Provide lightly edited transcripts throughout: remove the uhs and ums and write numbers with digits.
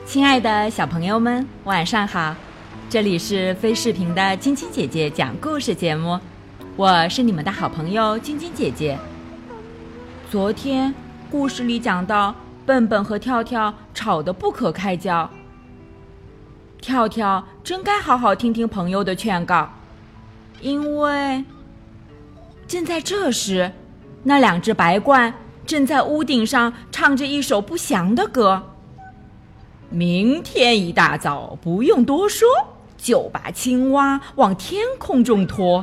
亲爱的小朋友们，晚上好！这里是飞视频的晶晶姐姐讲故事节目，我是你们的好朋友晶晶姐姐。昨天故事里讲到，笨笨和跳跳吵得不可开交。跳跳真该好好听听朋友的劝告，因为正在这时，那两只白鹳正在屋顶上唱着一首不祥的歌。明天一大早，不用多说，就把青蛙往天空中拖。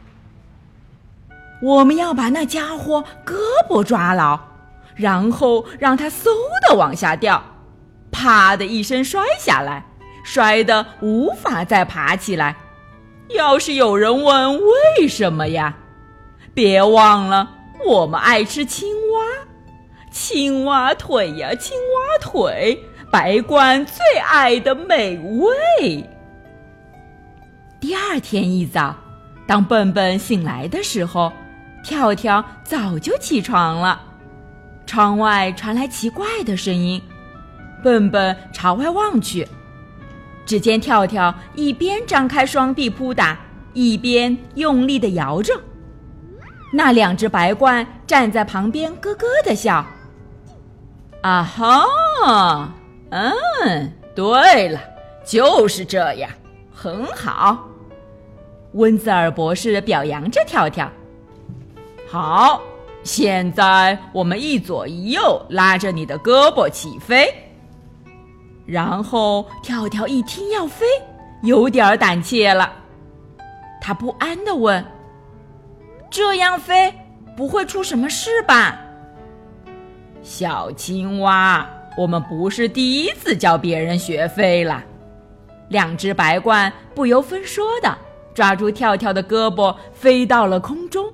我们要把那家伙胳膊抓牢，然后让它嗖地往下掉，啪的一声摔下来，摔得无法再爬起来。要是有人问为什么呀，别忘了我们爱吃青蛙，青蛙腿呀，青蛙腿，白鹳最爱的美味。第二天一早，当笨笨醒来的时候，跳跳早就起床了。窗外传来奇怪的声音，笨笨朝外望去，只见跳跳一边张开双臂扑打，一边用力地摇着。那两只白鹳站在旁边咯咯地笑。啊哈，对了，就是这样，很好。温泽尔博士表扬着跳跳。好，现在我们一左一右拉着你的胳膊起飞。然后跳跳一听要飞，有点胆怯了。他不安地问：这样飞不会出什么事吧？小青蛙，我们不是第一次教别人学飞了。两只白鹳不由分说的抓住跳跳的胳膊，飞到了空中。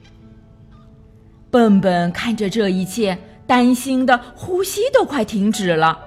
笨笨看着这一切，担心的呼吸都快停止了。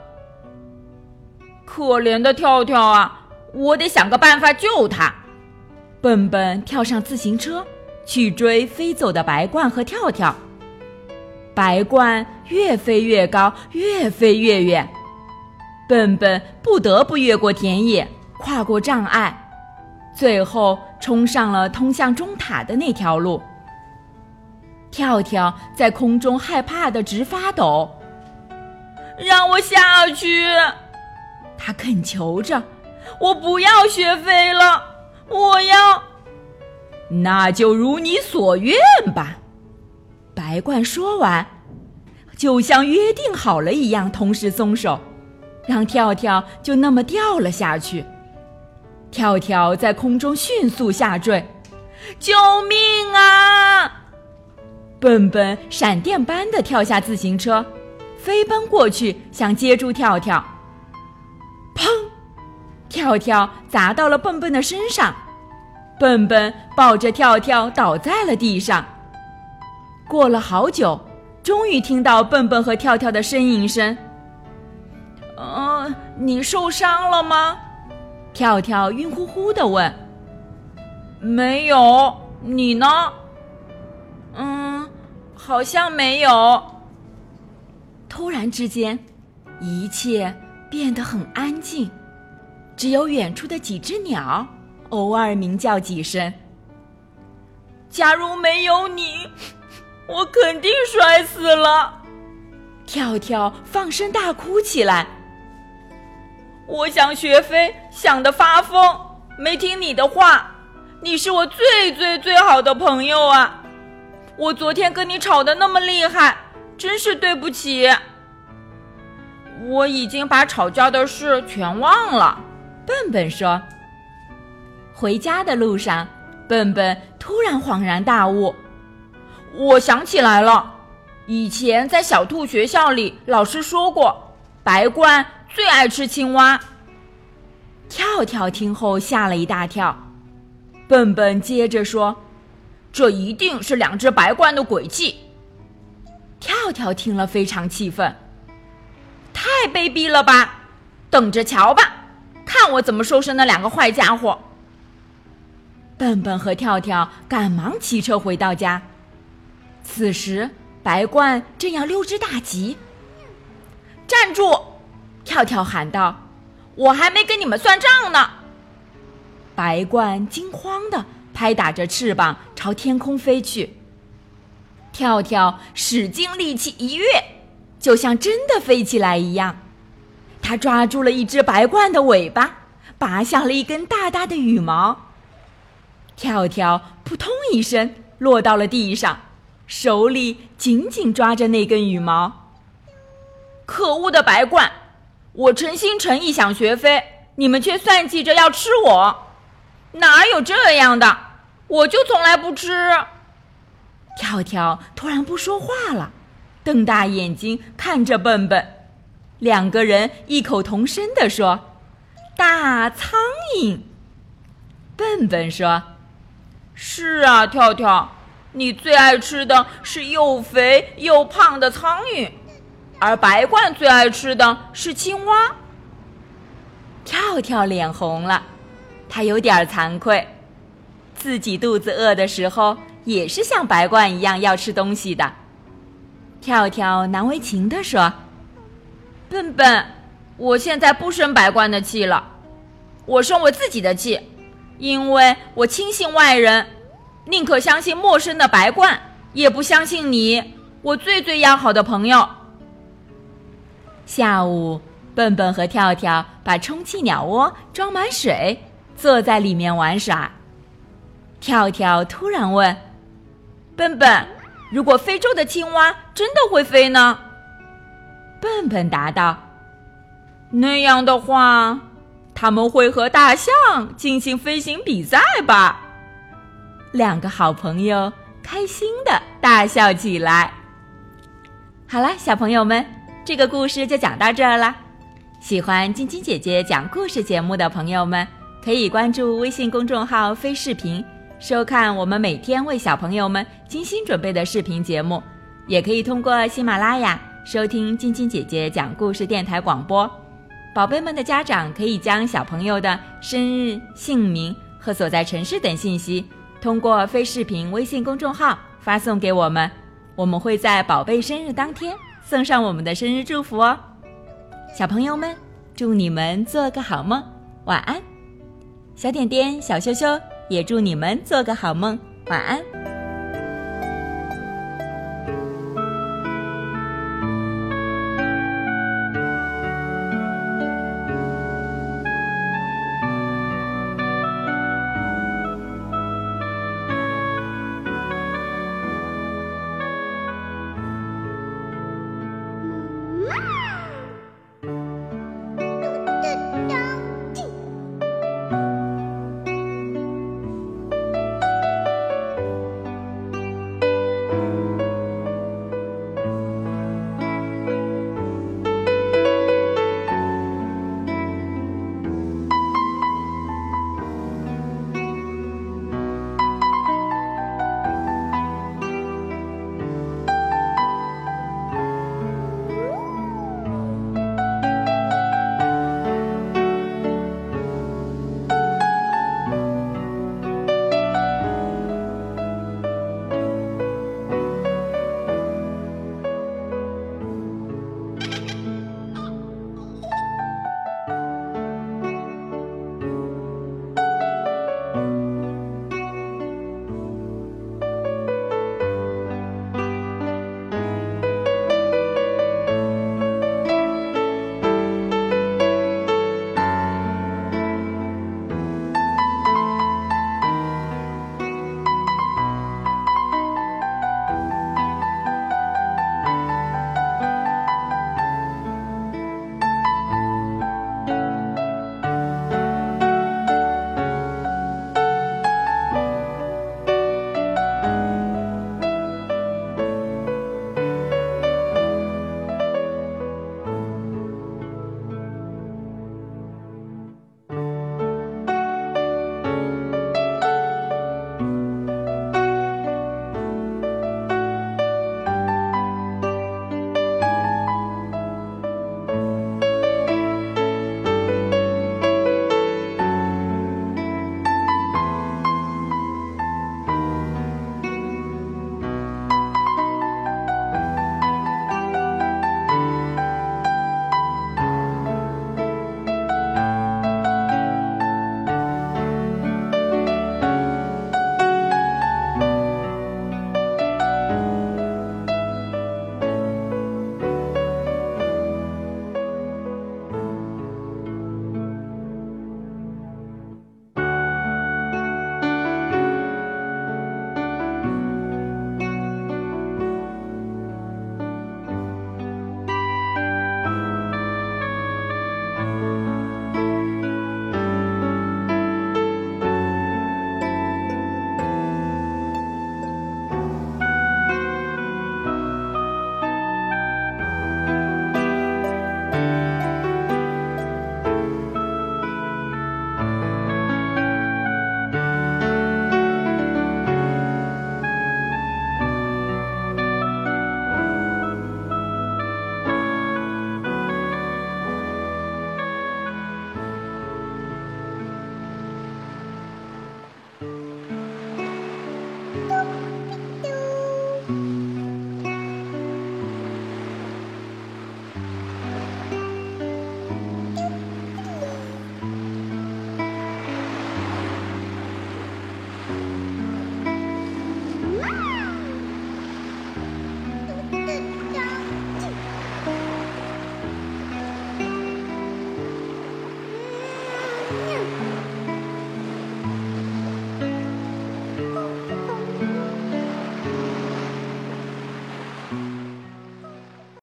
可怜的跳跳啊，我得想个办法救他。笨笨跳上自行车，去追飞走的白鹳和跳跳。白鹳越飞越高，越飞越远，笨笨不得不越过田野，跨过障碍，最后冲上了通向钟塔的那条路。跳跳在空中害怕得直发抖。让我下去，他恳求着，我不要学飞了，我要。那就如你所愿吧。白鹳说完，就像约定好了一样，同时松手，让跳跳就那么掉了下去。跳跳在空中迅速下坠。救命啊！笨笨闪电般地跳下自行车，飞奔过去想接住跳跳。砰！跳跳砸到了笨笨的身上，笨笨抱着跳跳倒在了地上。过了好久，终于听到笨笨和跳跳的呻吟声。你受伤了吗？跳跳晕乎乎地问。没有，你呢？好像没有。突然之间，一切变得很安静，只有远处的几只鸟偶尔鸣叫几声。假如没有你，我肯定摔死了。跳跳放声大哭起来。我想学飞，想得发疯，没听你的话。你是我最好的朋友啊！我昨天跟你吵得那么厉害，真是对不起。我已经把吵架的事全忘了，笨笨说。回家的路上，笨笨突然恍然大悟。我想起来了，以前在小兔学校里，老师说过，白鹳最爱吃青蛙。跳跳听后吓了一大跳。笨笨接着说，这一定是两只白鹳的诡计。跳跳听了非常气愤，太卑鄙了吧，等着瞧吧，看我怎么收拾那两个坏家伙。笨笨和跳跳赶忙骑车回到家。此时白鹳正要溜之大吉。站住！ 跳跳喊道：“我还没跟你们算账呢！”白鹳惊慌地拍打着翅膀朝天空飞去。跳跳使尽力气一跃，就像真的飞起来一样。他抓住了一只白鹳的尾巴，拔下了一根大大的羽毛。跳跳扑通一声落到了地上，手里紧紧抓着那根羽毛。可恶的白鹳，我诚心诚意想学飞，你们却算计着要吃我，哪有这样的？我就从来不吃。跳跳突然不说话了，瞪大眼睛看着笨笨。两个人异口同声地说：“大苍蝇。”笨笨说：“是啊，跳跳，你最爱吃的是又肥又胖的苍蝇，而白鹳最爱吃的是青蛙。”跳跳脸红了，他有点惭愧，自己肚子饿的时候也是像白鹳一样要吃东西的。跳跳难为情地说：“笨笨，我现在不生白鹳的气了，我生我自己的气，因为我轻信外人，宁可相信陌生的白鹳，也不相信你，我最最要好的朋友。”下午，笨笨和跳跳把充气鸟窝装满水，坐在里面玩耍。跳跳突然问：“笨笨，如果非洲的青蛙真的会飞呢？”笨笨答道：“那样的话，他们会和大象进行飞行比赛吧？”两个好朋友开心地大笑起来。好了，小朋友们，这个故事就讲到这儿了。喜欢晶晶姐姐讲故事节目的朋友们，可以关注微信公众号飞视频，收看我们每天为小朋友们精心准备的视频节目，也可以通过喜马拉雅收听晶晶姐姐讲故事电台广播。宝贝们的家长可以将小朋友的生日、姓名和所在城市等信息通过飞视频微信公众号发送给我们，我们会在宝贝生日当天送上我们的生日祝福哦。小朋友们，祝你们做个好梦，晚安。小点点、小羞羞也祝你们做个好梦，晚安。